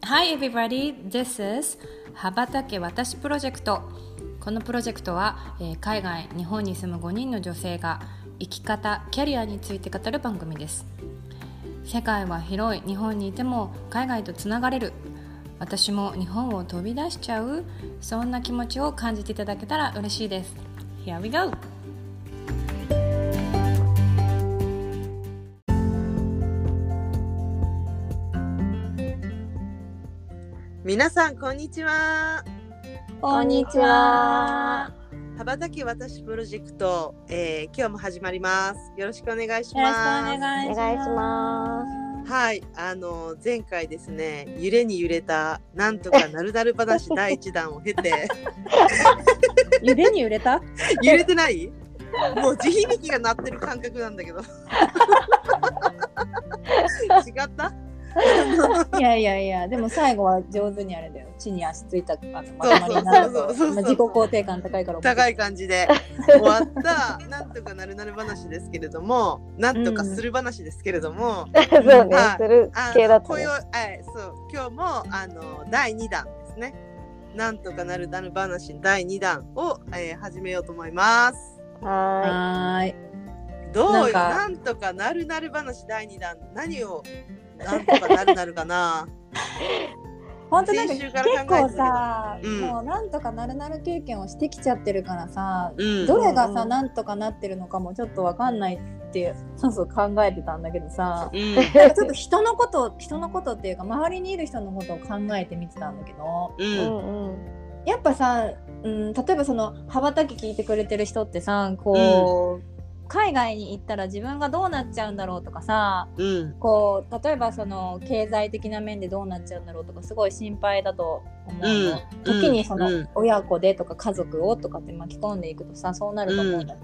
Hi everybody, this is 羽ばたけ私プロジェクト。このプロジェクトは、海外、日本に住む5人の女性が生き方、キャリアについて語る番組です。世界は広い、日本にいても海外とつながれる、私も日本を飛び出しちゃう、そんな気持ちを感じていただけたら嬉しいです。 Here we go! 皆さんこんにちは。 こんにちは。 羽ばたけ私プロジェクト、今日も始まります。よろしくお願いします。 よろしくお願いします。 はい、前回ですね、揺れに揺れたなんとかなるだる話第1弾を経て揺れに揺れた？ 揺れてない？もう地響きが鳴ってる感覚なんだけど違った？ いやでも最後は上手にあれだよ、地に足ついたまとまりになると自己肯定感高いから高い感じで終わったなんとかなるなる話ですけれども、なんとかする話ですけれども、 そうね、する系だったね。 そう今日も第2弾ですね、なんとかなるなる話第2弾を、始めようと思います。 はい。 どうよ、なんとかなるなる話第2弾、何をなんとかなるかな本当なんか結構さ、もうなんとかなる経験をしてきちゃってるからさ、どれがさなんとかなってるのかもちょっとわかんないってそう考えてたんだけどさ、なんかちょっと人のことっていうか周りにいる人のことを考えてみてたんだけど、やっぱさ、例えばその羽ばたき聞いてくれてる人ってさ、こう、海外に行ったら自分がどうなっちゃうんだろうとかさ、こう例えばその経済的な面でどうなっちゃうんだろうとかすごい心配だと思うの、時にその親子でとか家族をとかって巻き込んでいくとさ、そうなると思うんだけ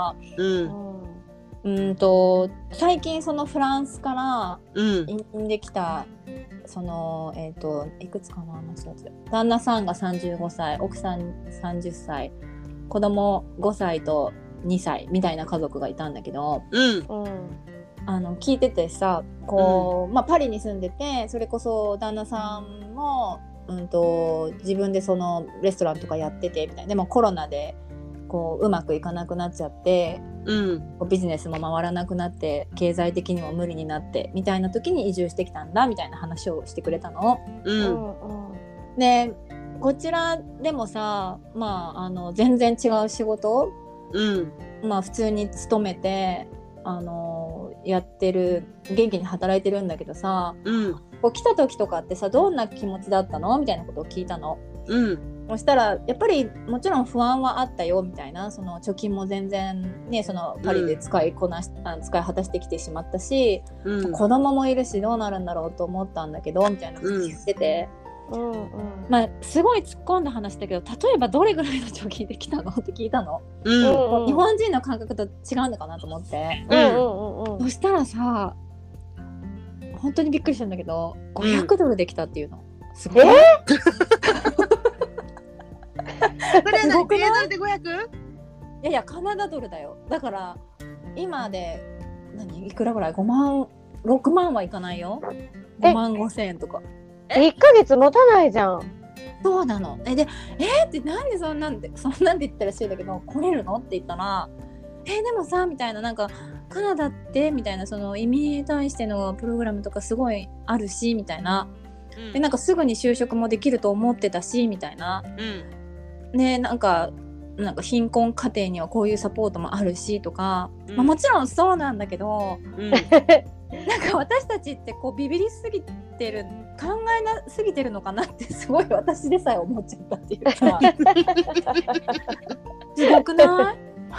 どさ、最近そのフランスから移民できたそのいくつかな、旦那さんが35歳、奥さん30歳、子供5歳と2歳みたいな家族がいたんだけど、聞いててさ、こう、パリに住んでて、それこそ旦那さんも、自分でそのレストランとかやっててみたいな、でもコロナでこううまくいかなくなっちゃって、ビジネスも回らなくなって経済的にも無理になってみたいな時に移住してきたんだみたいな話をしてくれたの。でこちらでもさ、全然違う仕事、普通に勤めてやってる、元気に働いてるんだけどさ、こう来た時とかってさ、どんな気持ちだったのみたいなことを聞いたの。そしたらやっぱりもちろん不安はあったよみたいな、その貯金も全然ね、そのパリで使い果たしてきてしまったし、子供もいるしどうなるんだろうと思ったんだけどみたいなこと言ってて、すごい突っ込んだ話だけど、例えばどれぐらいの貯金できたのって聞いたの。日本人の感覚と違うのかなと思って、そしたらさ、本当にびっくりしたんだけど、500ドルできたっていうの。すごい。 それは何、米ドルで 500？ いやカナダドルだよ。だから今でいくらぐらい、5万6万はいかないよ。5万5千円とか。 1ヶ月持たないじゃん。 そうなの。ってなんでそんなんで言ったらしいんだけど、来れるのって言ったら、でもさみたいな、なんかカナダってみたいな、その移民に対してのプログラムとかすごいあるしみたいな、でなんかすぐに就職もできると思ってたしみたいな、ね、なんか貧困家庭にはこういうサポートもあるしとか、もちろんそうなんだけど、なんか私たちってこうビビりすぎてる、考えなすぎてるのかなってすごい私でさえ思っちゃったっていうかすごくない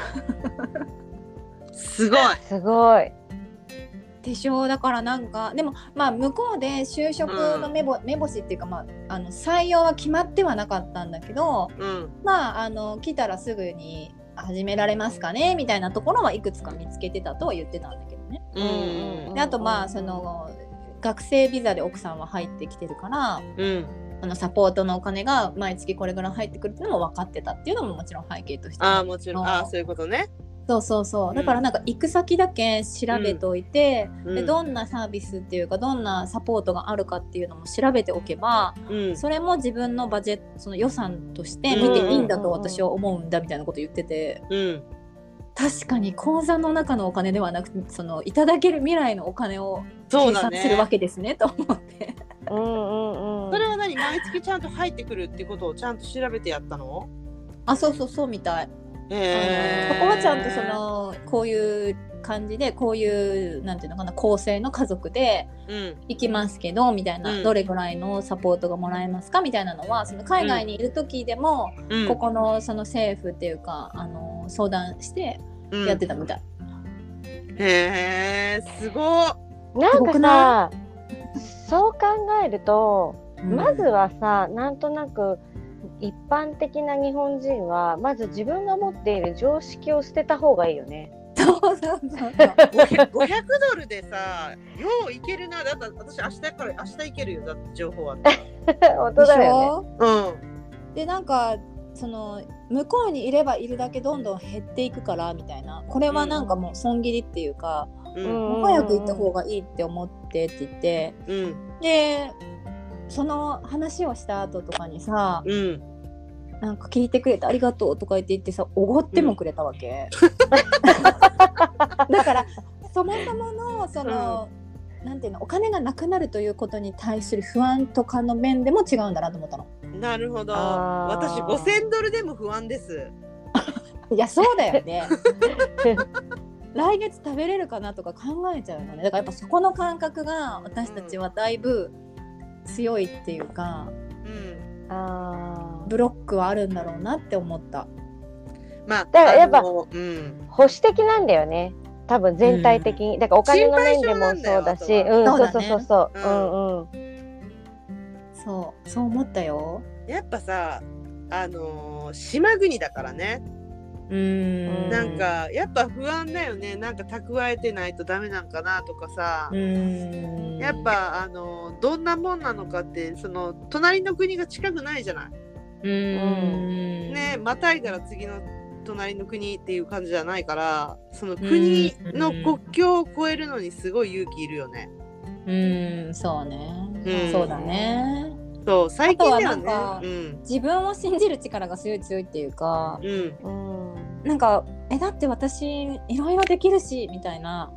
すごいでしょ。だからなんかでも向こうで就職の目星っていうか、採用は決まってはなかったんだけど、来たらすぐに始められますかねみたいなところはいくつか見つけてたとは言ってたんだけどね。であとその学生ビザで奥さんは入ってきてるから、サポートのお金が毎月これぐらい入ってくるっていうのも分かってたっていうのももちろん背景としてもちろんそういうことね。 そうだからなんか行く先だけ調べておいて、でどんなサービスっていうかどんなサポートがあるかっていうのも調べておけば、それも自分のバジェットその予算として見ていいんだと私は思うんだみたいなこと言ってて、確かに口座の中のお金ではなくそのいただける未来のお金を計算するわけですねと思ってそれは何毎月ちゃんと入ってくるっていうことをちゃんと調べてやったの？ そうみたい。そこはちゃんとそのこういう感じでこういうなんていうのかな構成の家族で行きますけど、みたいな、どれぐらいのサポートがもらえますかみたいなのはその海外にいる時でも、ここのその政府っていうか相談してやってたみたい。 へーすごい。 なんかさそう考えると、まずはさなんとなく一般的な日本人はまず自分が持っている常識を捨てた方がいいよね。 そう 500ドルでさよういけるな。だって私明日いけるよ。だって情報あったら本当だよね。 でなんかその向こうにいればいるだけどんどん減っていくからみたいな、これはなんかもう損切りっていうか、早く行った方がいいって思ってって言って、でその話をした後とかにさ、なんか聞いてくれてありがとうとか言ってさおごってもくれたわけ、だからそもそものその、なんていうのお金がなくなるということに対する不安とかの面でも違うんだなと思ったの。 なるほど。私5000ドルでも不安です。 いやそうだよね来月食べれるかなとか考えちゃうのね。だからやっぱそこの感覚が私たちはだいぶ強いっていうか、ブロックはあるんだろうなって思った。 まあだからやっぱ、保守的なんだよね多分全体的に、だからお金の面でもそうだし、 そう思ったよ。 やっぱさ島国だからね。なんかやっぱ不安だよね。なんか蓄えてないとダメなんかなとかさ、やっぱどんなもんなのかってその隣の国が近くないじゃない。ね、またいだら次の隣の国っていう感じじゃないから、その国の国境を越えるのにすごい勇気いるよね。 そうね、そうだね。 そう最近ではね、 自分を信じる力が強いっていうか、なんかだって私いろいろできるしみたいな、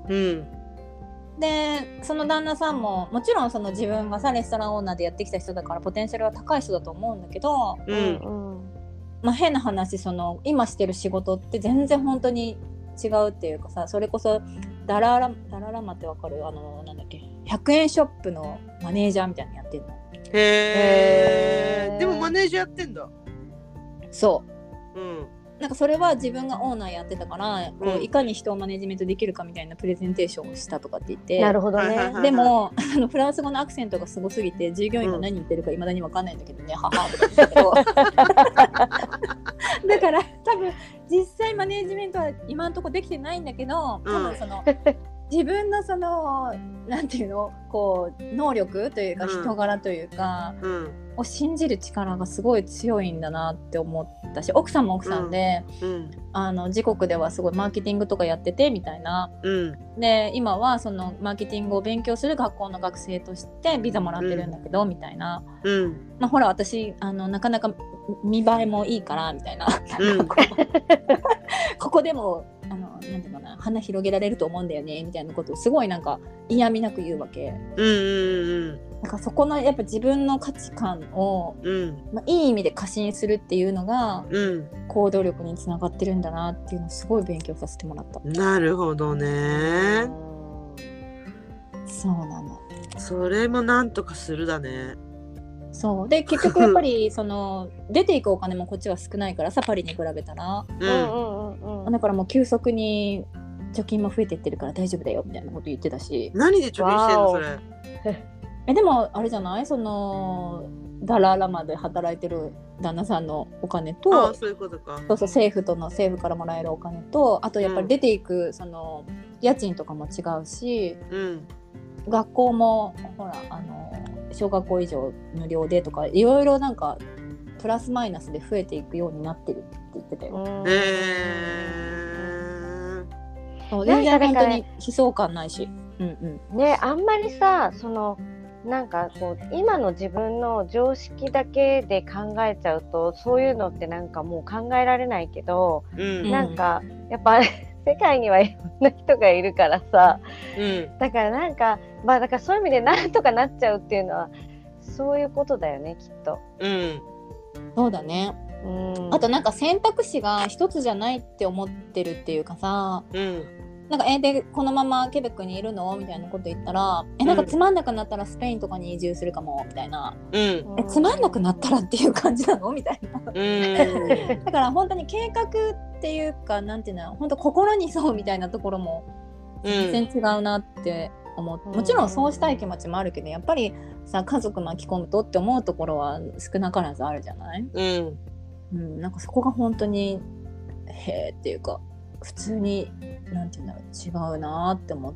でその旦那さんももちろんその自分がさレストランオーナーでやってきた人だからポテンシャルは高い人だと思うんだけど、まあ変な話その今してる仕事って全然本当に違うっていうかさ、それこそダララマってわかる？なんだっけ100円ショップのマネージャーみたいなのやってるの。 でもマネージャーやってんだ。 そう、なんかそれは自分がオーナーやってたから、こういかに人をマネジメントできるかみたいなプレゼンテーションをしたとかって言って、 なるほどね。 でもフランス語のアクセントがすごすぎて従業員が何言ってるか未だに分かんないんだけどね、ははとか言ってたけどだから多分実際マネジメントは今のところできてないんだけど、多分その自分のそのなんていうのこう能力というか人柄というか、を信じる力がすごい強いんだなって思ったし、奥さんも奥さんで、自国ではすごいマーケティングとかやっててみたいな、で今はそのマーケティングを勉強する学校の学生としてビザもらってるんだけど、みたいな、まあほら私なかなか見栄えもいいからみたいな、ここでもなんていうかな花広げられると思うんだよねみたいなことをすごいなんか嫌味なく言うわけ。なんかそこのやっぱ自分の価値観を、いい意味で過信するっていうのが、行動力につながってるんだなっていうのをすごい勉強させてもらった。 なるほどね。 そうなの。 それもなんとかするだね。 そうで結局やっぱりその出ていくお金もこっちは少ないからさ、パリに比べたら、だからもう急速に貯金も増えていってるから大丈夫だよみたいなこと言ってたし。 何で貯金してんのそれ？ でもあれじゃない、そのダララマで働いてる旦那さんのお金と、 そういうことか。 そう政府からもらえるお金と、あとやっぱり出ていくその家賃とかも違うし、学校もほら小学校以上無料でとかいろいろなんかプラスマイナスで増えていくようになってるって言ってたよ。 そう全然本当に悲壮感ないし、 ね、あんまりさなんかこう今の自分の常識だけで考えちゃうとそういうのってなんかもう考えられないけど、なんかやっぱ世界にはいろんな人がいるからさ、だからなんかだからそういう意味でなんとかなっちゃうっていうのはそういうことだよねきっと。 そうだね。あとなんか選択肢が一つじゃないって思ってるっていうかさ、なんかでこのままケベックにいるのみたいなこと言ったらなんかつまんなくなったらスペインとかに移住するかもみたいな、つまんなくなったらっていう感じなのみたいなだから本当に計画っていうかなんていうの本当心にそうみたいなところも全然違うなって思って、もちろんそうしたい気持ちもあるけどやっぱりさ家族巻き込むとって思うところは少なからずあるじゃない、なんかそこが本当にへーっていうか普通になんていうんだろう違うなって思った。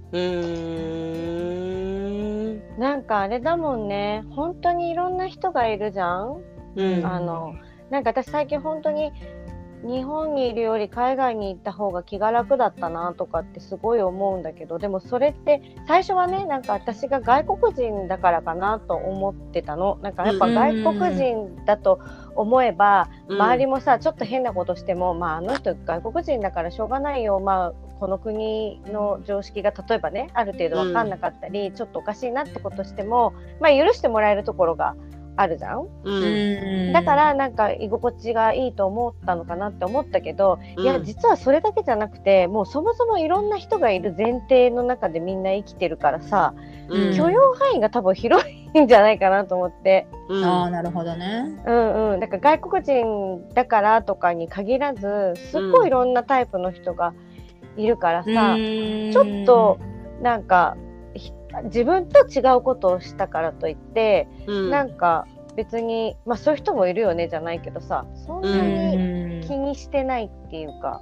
なんかあれだもんね本当にいろんな人がいるじゃん、なんか私最近本当に日本にいるより海外に行った方が気が楽だったなとかってすごい思うんだけど、でもそれって最初はねなんか私が外国人だからかなと思ってたの。なんかやっぱ外国人だと思えば、周りもさちょっと変なことしてもあの人外国人だからしょうがないよ、この国の常識が例えばねある程度分かんなかったり、ちょっとおかしいなってことしても、許してもらえるところがあるじゃん、だからなんか居心地がいいと思ったのかなって思ったけど、いや実はそれだけじゃなくてもうそもそもいろんな人がいる前提の中でみんな生きてるからさ、許容範囲が多分広いんじゃないかなと思って、 なるほどね。 だから外国人だからとかに限らずすっごいいろんなタイプの人がいるからさ、ちょっとなんか自分と違うことをしたからといって、なんか別にそういう人もいるよねじゃないけどさ、そんなに気にしてないっていうか、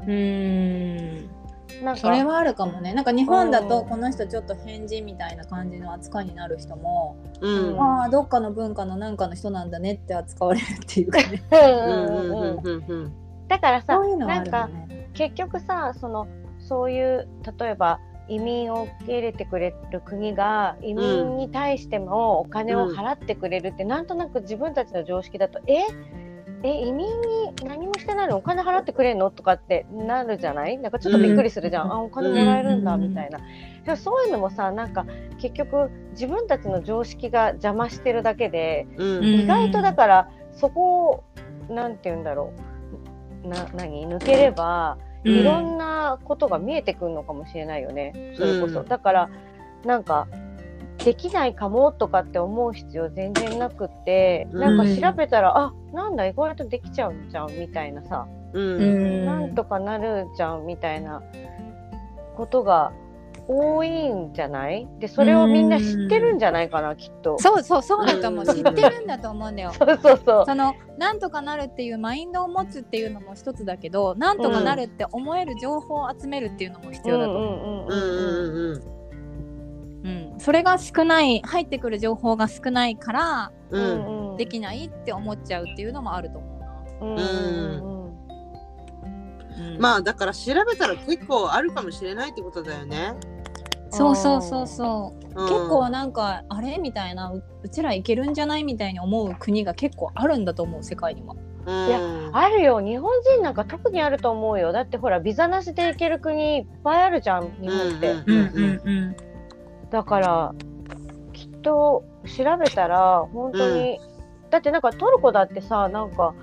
なんかそれはあるかもね。なんか日本だとこの人ちょっと変人みたいな感じの扱いになる人も、どっかの文化のなんかの人なんだねって扱われるっていうかねだからさ、なんか結局さそういう例えば移民を受け入れてくれる国が移民に対してもお金を払ってくれるって、なんとなく自分たちの常識だと移民に何もしてないのお金払ってくれんのとかってなるじゃない。なんかちょっとびっくりするじゃん、お金もらえるんだみたいな。でもそういうのもさなんか結局自分たちの常識が邪魔してるだけで、意外とだからそこをなんて言うんだろう抜ければいろんなことが見えてくるのかもしれないよね、それこそ。だからなんかできないかもとかって思う必要全然なくって、なんか調べたらなんだ意外とできちゃうんじゃんみたいなさ、なんとかなるじゃんみたいなことが多いんじゃない。でそれをみんな知ってるんじゃないかなきっと。 そうだと思う知ってるんだと思うんだよそうそのなんとかなるっていうマインドを持つっていうのも一つだけど、なんとかなるって思える情報を集めるっていうのも必要だと思う。それが少ない入ってくる情報が少ないから、できないって思っちゃうっていうのもあると思うな。 だから調べたら結構あるかもしれないってことだよね。 そう、結構なんかあれみたいな うちらいけるんじゃないみたいに思う国が結構あるんだと思う世界には。 いやあるよ、日本人なんか特にあると思うよ。だってほらビザなしで行ける国いっぱいあるじゃん日本って。だからきっと調べたら本当に、だってなんかトルコだってさなんか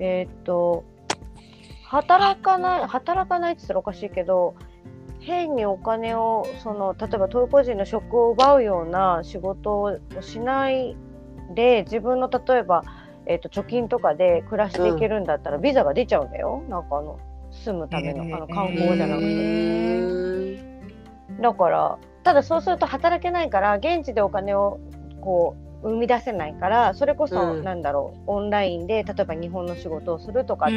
働かないって言ったらおかしいけど、変にお金を例えばトルコ人の職を奪うような仕事をしないで自分の例えば、貯金とかで暮らしていけるんだったら、ビザが出ちゃうんだよ。なんか住むための観光じゃなくて、だからただそうすると働けないから現地でお金をこう生み出せないから、それこそなんだろう、オンラインで例えば日本の仕事をするとかって、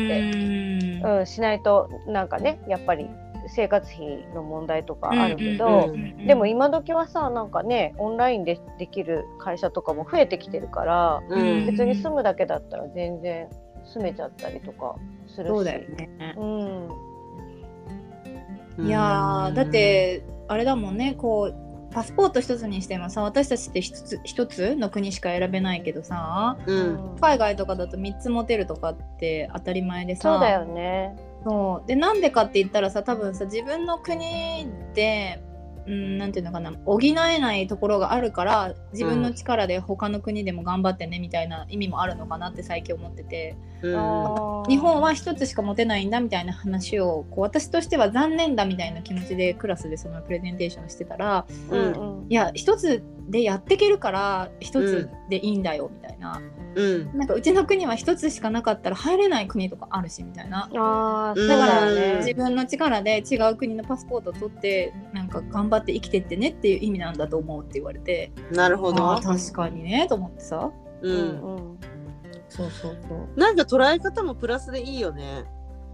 しないとなんかねやっぱり生活費の問題とかあるけど、でも今時はさなんかねオンラインでできる会社とかも増えてきてるから、別に住むだけだったら全然住めちゃったりとかするし。 そうだよね。 いやだってあれだもんね、こうパスポート一つにしてもさ、私たちって一つの国しか選べないけどさ、海外とかだと3つ持てるとかって当たり前でさ。 そうだよね。 そうで、なんでかって言ったらさ、多分さ自分の国でなんていうのかな、補えないところがあるから自分の力で他の国でも頑張ってねみたいな意味もあるのかなって最近思ってて、日本は一つしか持てないんだみたいな話をこう私としては残念だみたいな気持ちでクラスでそのプレゼンテーションしてたら、いや一つでやっていけるから一つでいいんだよみたいな、なんかうちの国は一つしかなかったら入れない国とかあるしみたいな、だから自分の力で違う国のパスポートを取ってなんか頑張って生きてってねっていう意味なんだと思うって言われて、 なるほど、 確かにねと思ってさ、そうなんか捉え方もプラスでいいよね。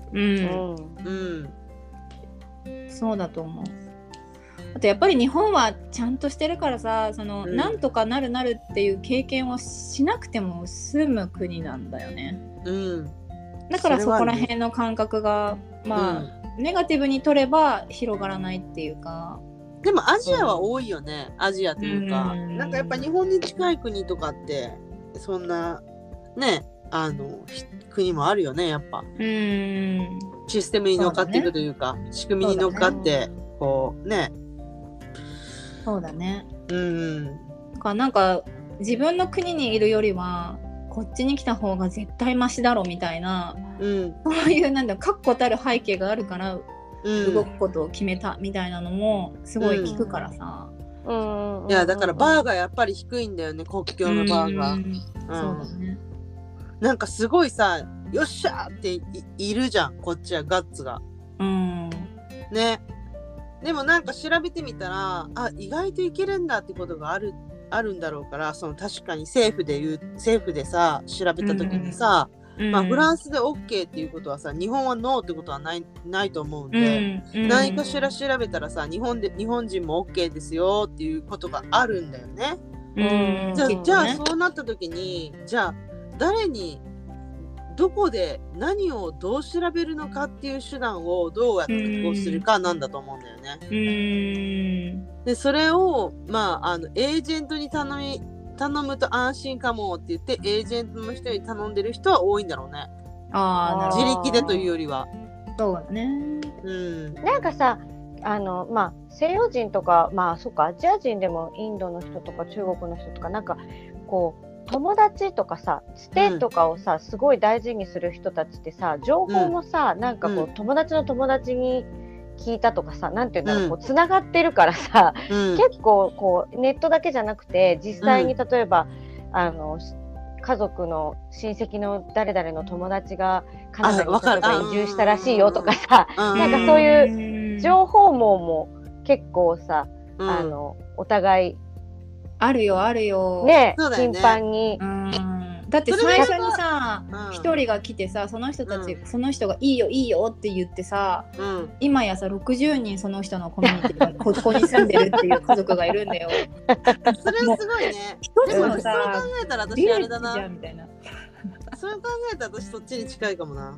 そうだと思う。あとやっぱり日本はちゃんとしてるからさ、その、なんとかなるっていう経験をしなくても済む国なんだよね。だからそこら辺の感覚が、ネガティブに取れば広がらないっていうか。 でもアジアは多いよね、アジアというか、なんかやっぱ日本に近い国とかってそんなね国もあるよね、やっぱ。システムに乗っかっていくというか、仕組みに乗っかってこうね。 そうだね。なんか自分の国にいるよりはこっちに来た方が絶対マシだろみたいな、そういうなんだ確固たる背景があるから動くことを決めたみたいなのもすごい聞くからさ。 いやだからバーがやっぱり低いんだよね、国境のバーが。 そうだね。 なんかすごいさ、よっしゃーって いるじゃん、こっちはガッツが。ね。でもなんか調べてみたら、意外といけるんだってことがあるんだろうから、その確かに政府でさ調べた時にさ、フランスで OK っていうことはさ、日本はノーってことはないと思うんで、何かしら調べたらさ、日本人も OK ですよっていうことがあるんだよね。じゃあそうなった時に、じゃあ誰にどこで何をどう調べるのかっていう手段をどうやって確保するかなんだと思うんだよね。でそれをエージェントに頼むと安心かもって言ってエージェントの人に頼んでる人は多いんだろうね。自力でというよりは。 そうだね。 なんかさ、西洋人とかそっか、アジア人でもインドの人とか中国の人とか、なんかこう友達とかさ、つてとかをさ、すごい大事にする人たちってさ、情報もさ、なんかこう友達の友達に聞いたとかさ、なんていうんだろう、こうつながってるからさ、結構こうネットだけじゃなくて実際に例えば、家族の親戚の誰々の友達がカナダに移住したらしいよとかさ、なんかそういう情報網も結構さ、お互いあるよね、頻繁に。 だって最初にさ、一人が来てさ、その人がいいよって言ってさ、今やさ60人その人のコミュニティがここに住んでるっていう家族がいるんだよ。 それはすごいね。 一つのさ、 そう考えたら私あれだな。 みたいな。 そう考えたら私そっちに近いかもな。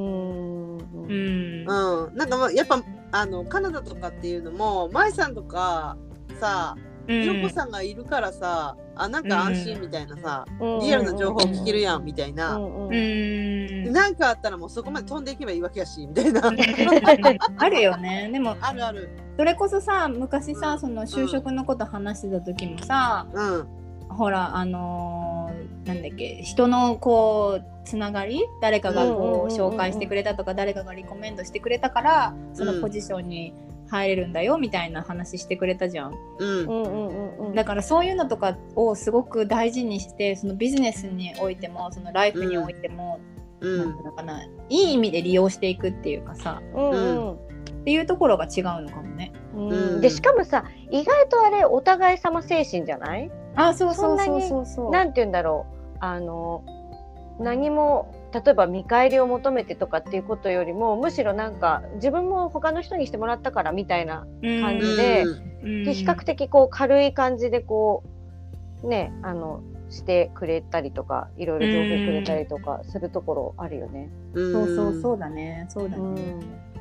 なんかやっぱカナダとかっていうのも、舞さんとかさ、ヨコさんがいるからさ、なんか安心みたいなさ、リアルな情報聞けるやんみたいな、なんかあったらもうそこまで飛んでいけばいいわけやしみたいなあるよね。でもあるそれこそさ、昔さ、その就職のこと話してた時もさ、ほらなんだっけ、人のこうつながり、誰かがこう紹介してくれたとか、誰かがリコメンドしてくれたからそのポジションに入れるんだよみたいな話してくれたじゃん。だからそういうのとかをすごく大事にして、そのビジネスにおいてもそのライフにおいても、なんていうのかな、いい意味で利用していくっていうかさ、っていうところが違うのかもね。 でしかもさ、意外とあれお互い様精神じゃない？ そうなんていうんだろう、何も例えば見返りを求めてとかっていうことよりも、むしろなんか自分も他の人にしてもらったからみたいな感じで、比較的こう軽い感じでこうね、してくれたりとか、いろいろ情報くれたりとかするところあるよね。 そうだね。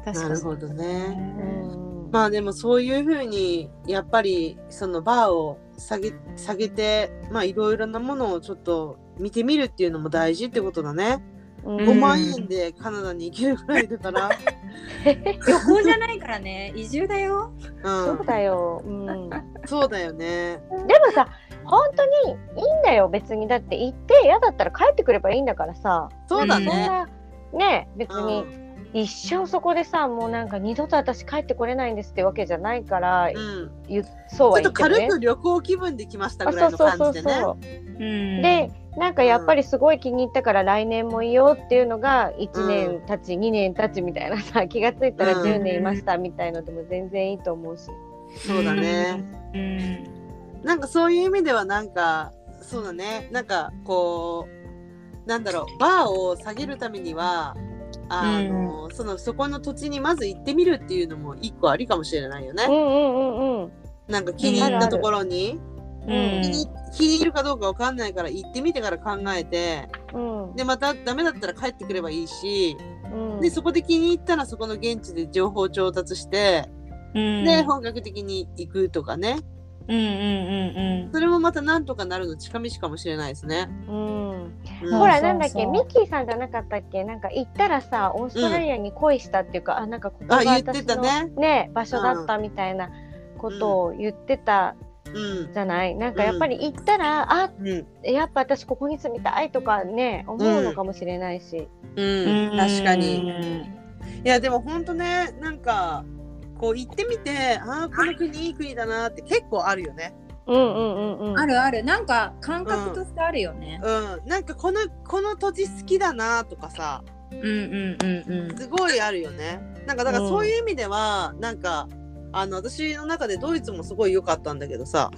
なるほどね。まあでもそういうふうにやっぱりそのバーを下げて、まあいろいろなものをちょっと見てみるっていうのも大事ってことだね。5万円でカナダに行けるぐらいだから旅行じゃないからね、移住だよ。 そうだよ、 そうだよね。 でもさ、本当にいいんだよ別に。だって行って嫌だったら帰ってくればいいんだからさ。 そうだね。 そんなね、別に一生そこでさ、もうなんか二度と私帰ってこれないんですってわけじゃないから、そうは言ってもね、ちょっと軽く旅行気分で来ましたぐらいの感じでね。 でなんかやっぱりすごい気に入ったから来年もいようっていうのが1年経ち、2年経ちみたいなさ、気がついたら10年いましたみたいのでも全然いいと思うし。 そうだね。なんかそういう意味ではなんかそうだね、なんかこうなんだろう、バーを下げるためにはそこの土地にまず行ってみるっていうのも一個ありかもしれないよね。なんか気に入ったところに、気に入るかどうかわかんないから行ってみてから考えて、でまたダメだったら帰ってくればいいし、でそこで気に入ったらそこの現地で情報調達して、で本格的に行くとかね。それもまたなんとかなるの近道かもしれないですね。 ほらなんだっけ、ミッキーさんじゃなかったっけ、なんか行ったらさオーストラリアに恋したっていうか、なんかここが私のね場所だったみたいなことを言ってたじゃない。なんかやっぱり行ったらやっぱ私ここに住みたいとかね思うのかもしれないし。 確かに。いやでもほんとね、なんかこう行ってみて、この国いい国だなって結構あるよね。 あるある、なんか感覚としてあるよね。 なんかこの土地好きだなとかさ、すごいあるよね。なんかだからそういう意味では、なんか私の中でドイツもすごい良かったんだけどさ、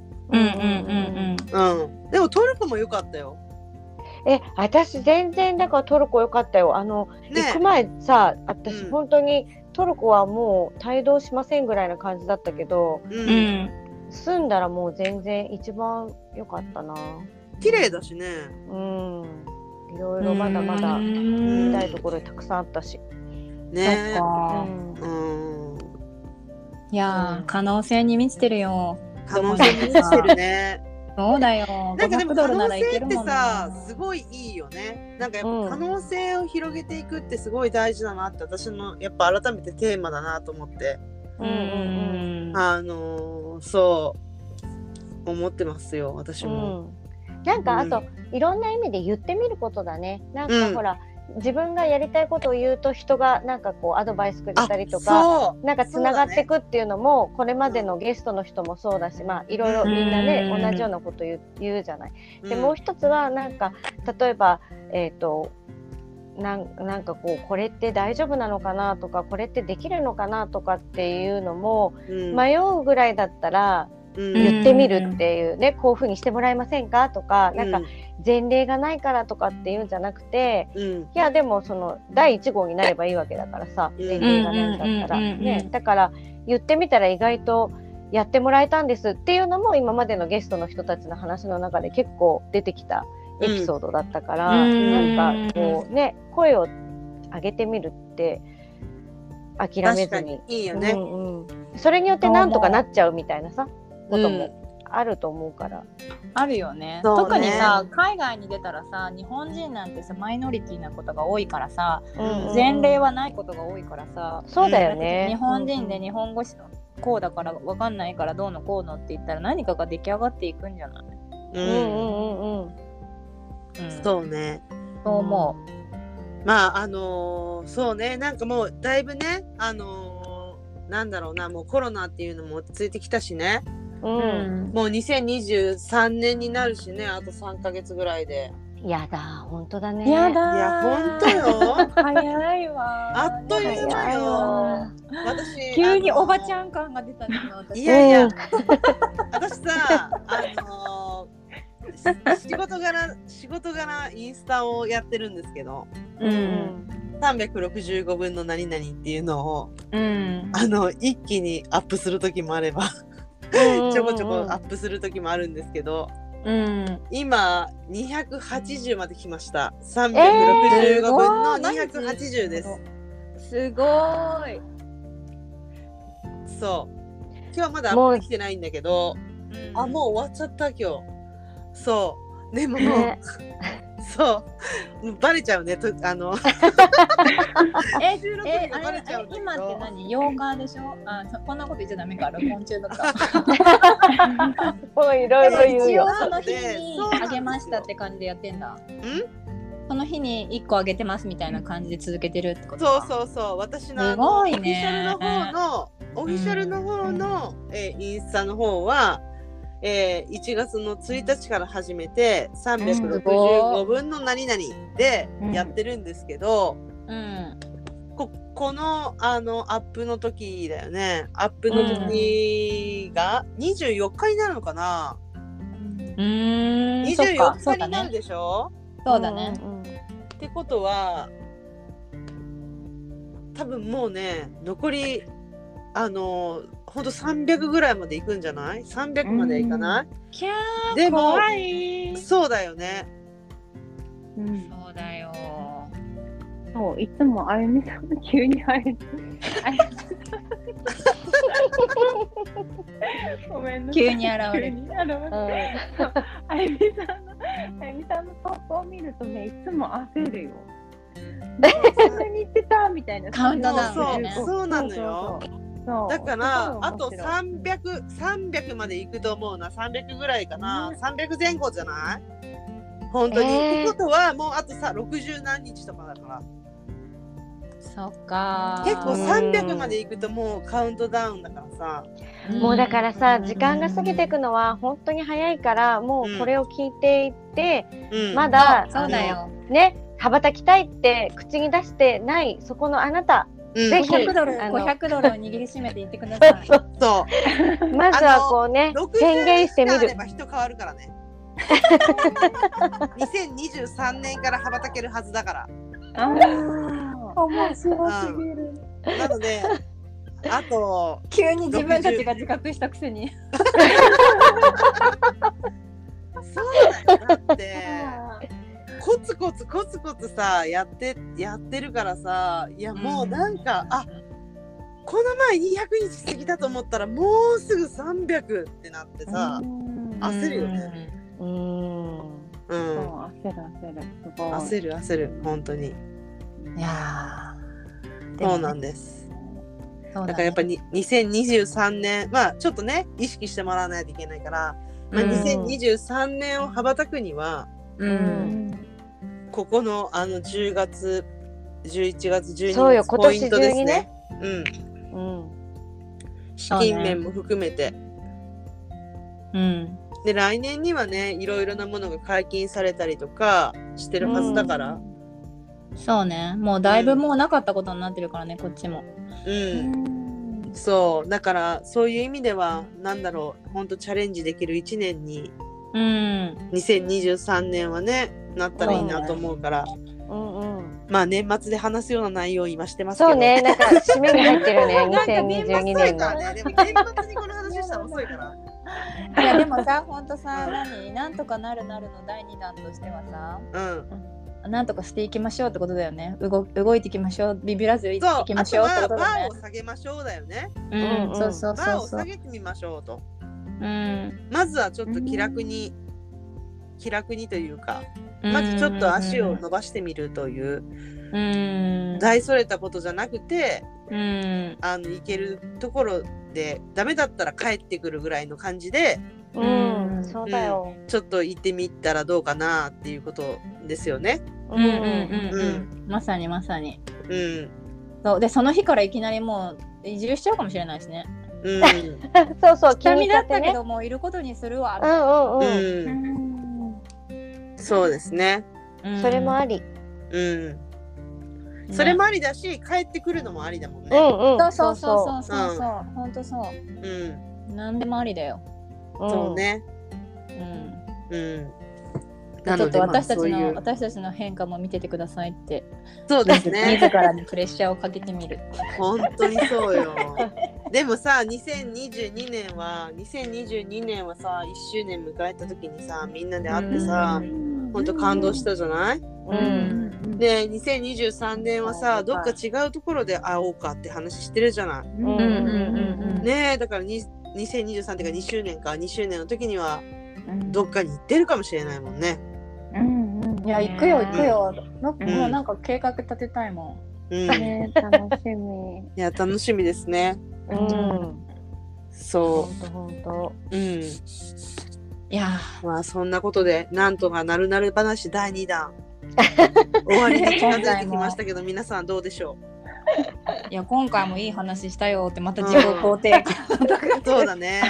でもトルコも良かったよ。 私全然だからトルコ良かったよ。行く前さ、私本当にトルコはもう帯同しませんぐらいな感じだったけど、住んだらもう全然一番良かったな。 綺麗だしね。 いろいろまだまだ見たいところたくさんあったし。 ね。いや可能性に満ちてるよ。 可能性に満ちてるね。 そうだよ。 なんかでも可能性ってさ、すごいいいよね。なんかやっぱ可能性を広げていくってすごい大事だなって、私のやっぱ改めてテーマだなと思って、そう思ってますよ、私も。 なんかあといろんな意味で言ってみることだね。なんかほら、自分がやりたいことを言うと人がなんかこうアドバイスくれたりとか、なんかつながっていくっていうのも、これまでのゲストの人もそうだし、まあいろいろみんなね同じようなこと言うじゃない。でもう一つはなんか例えばなんかこうこれって大丈夫なのかなとか、これってできるのかなとかっていうのも迷うぐらいだったら言ってみるっていうね、こういう風にしてもらえませんかとか、なんか前例がないからとかっていうんじゃなくて、いやでもその第1号になればいいわけだからさ、前例がないんだったらね、だから言ってみたら意外とやってもらえたんですっていうのも今までのゲストの人たちの話の中で結構出てきたエピソードだったから、なんかこうね、声を上げてみるって諦めずにいいよね。 それによってなんとかなっちゃうみたいなさこともあると思うから。 あるよね。特にさ、海外に出たらさ、日本人なんてさマイノリティなことが多いからさ、前例はないことが多いからさ、 そうだよね。 日本人で日本語こうだから分かんないからどうのこうのって言ったら何かが出来上がっていくんじゃない？ そうね。 そう思う。まあそうね、なんかもうだいぶね、なんだろうな、もうコロナっていうのも落ち着いてきたしね。もう2023年になるしね、あと3ヶ月ぐらいで。 やだ、本当だね。 やだ、いや本当よ。 早いわ。 あっという間よ。私急におばちゃん感が出たね。 いやいや、私さ、仕事柄インスタをやってるんですけど、365分の何々っていうのを、一気にアップする時もあればちょこちょこアップする時もあるんですけど、今280まで来ました。365分の280です。 すごい。 そう今日まだアップできてないんだけど、もう終わっちゃった今日。そうでも、ね、そうバレちゃうね収録日がバレちゃうんだけど。 今って何8日でしょ。こんなこと言っちゃダメか、録音中だからもういろいろ言うよ。 一応その日にあげましたって感じでやってんだ。その日に1個あげてますみたいな感じで続けてるってことか。 そう私のすごいね、 オフィシャルの方の、インスタの方は、1月の1日から始めて365分の何々でやってるんですけど、このアップの時だよね。アップの時が24日になるのかな。24日になるでしょ。 そうだね。 ってことは多分もうね残りほんと300ぐらいまでいくんじゃない？ 300 までいかない？でも怖い。 そうだよね。 そうだよ。 そういつもあゆみさんが急に入る。ごめんなさい。 急に現れる。 あゆみさんの投稿を見るとね、いつも焦るよ。そんなに言ってたみたいな。 カウントダウンね。 そうなのよ。だからあと300までいくと思うな。300ぐらいかな。300前後じゃない？本当に。ってことはもうあとさ60何日とかだから。 そっか。 結構300までいくともうカウントダウンだからさ。 もうだからさ、時間が過ぎていくのは本当に早いから、もうこれを聞いていって、まだそうだよね、羽ばたきたいって口に出してないそこのあなた、ぜひ 500ドルを握りしめていってください。 そうまずはこうね宣言してみる。 60あれば人変わるからね。2023年から羽ばたけるはずだから。 面白すぎる。 なのであと急に自分たちが自覚したくせに。 そうだよ。だってコツコツさやってるからさ、いやもうなんか、この前200日過ぎたと思ったらもうすぐ300ってなってさ、焦るよね。焦る本当に。 いやそうなんです。だからやっぱり2023年ちょっとね意識してもらわないといけないから、2023年を羽ばたくには、ここの10月11月12月ポイントですね。資金面も含めて、で来年にはねいろいろなものが解禁されたりとかしてるはずだから、 そうね、もうだいぶもうなかったことになってるからね、こっちも。 そうだからそういう意味ではなんだろう、本当チャレンジできる1年に、2023年はねなったらいいなと思うから、年末で話すような内容を今してますけど。 そうね、なんか締めに入ってるね。2022年の。 でも年末にこの話したら遅いから。 いやでもさ、ほんとさ、なんとかなるの第2弾としてはさ、なんとかしていきましょうってことだよね。動いていきましょう、ビビらずいきましょうってことだね。 バーを下げましょうだよね。 そうバーを下げてみましょうと。まずはちょっと気楽にというか、まずちょっと足を伸ばしてみるという、大それたことじゃなくて、行けるところでダメだったら帰ってくるぐらいの感じで、 そうだよ、 ちょっと行ってみたらどうかなっていうことですよね。 まさに、そうで、その日からいきなりもう移住しちゃうかもしれないしね。 そう決めだったけどもういることにするわ。 そうですね。 それもあり。 それもありだし、帰ってくるのもありだもんね。 そう本当そう。何でもありだよ。 そうね。 ちょっと私たちの変化も見ててくださいって。 そうですね。 自らにプレッシャーをかけてみる。 本当にそうよ。でもさ、2022年はさ、1周年迎えた時にさ、みんなで会ってさ、本当感動したじゃない？で、2023年はさ、どっか違うところで会おうかって話してるじゃない。 ね、だから2023っていうか2周年か、2周年の時にはどっかに行ってるかもしれないもんね。 いや行くよ。もうなんか計画立てたいもん。 ね、楽しみ。 いや楽しみですね。そう。 本当。 いやまあそんなことでなんとかなるなる話第2弾終わりに近づいてきましたけど皆さんどうでしょう。いや今回もいい話したよってまた自己肯定感。 そうだね。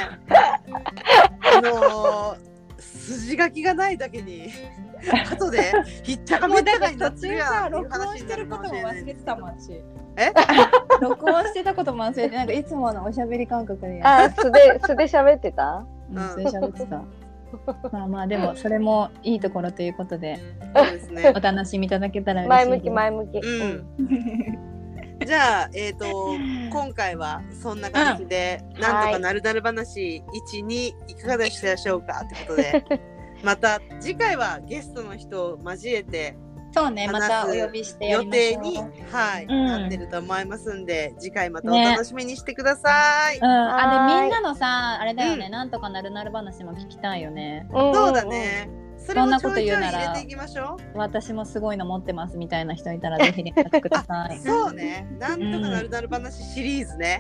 筋書きがないだけに後でひっちゃかめっちゃかになってるやん。 録音してることも忘れてたもん私。録音してたことも忘れて、なんかいつものおしゃべり感覚で。 素で喋ってた？ 素で喋ってた。まあでもそれもいいところということで、 そうですね。 お楽しみいただけたら嬉しいです。 前向き。 じゃあ今回はそんな感じで、なんとかなるなる話1、2いかがでしたでしょうかということで、また次回はゲストの人を交えてそうね、またお呼びしてやりましょう。 予定に、なってると思いますんで、次回またお楽しみにしてください。 でみんなのさあれだよね、なんとかなるなる話も聞きたいよね。 そうだね。それもちょいちょい入れていきましょう。 私もすごいの持ってますみたいな人いたらぜひ連絡ください。 そうね、なんとかなるなる話シリーズね。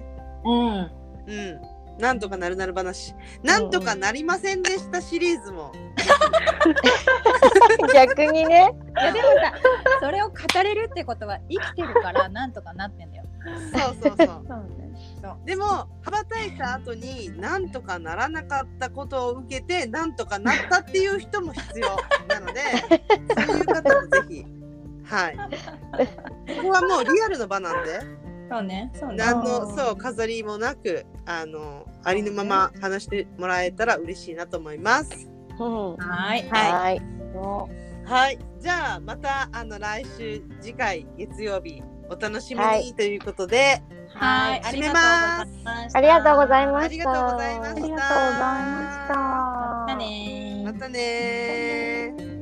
なんとかなるなる話、なんとかなりませんでしたシリーズも。 逆にね。 いやでもさ、それを語れるってことは生きてるからなんとかなってんだよ。 そうでも羽ばたいた後になんとかならなかったことを受けてなんとかなったっていう人も必要なので、そういう方もぜひここはもうリアルの場なんで。 そうね。 何の飾りもなくありのまま話してもらえたら嬉しいなと思います。 はい。 じゃあまた来週次回月曜日お楽しみにということで、 締めます。 ありがとうございました。 ありがとうございました。 またね。 またね。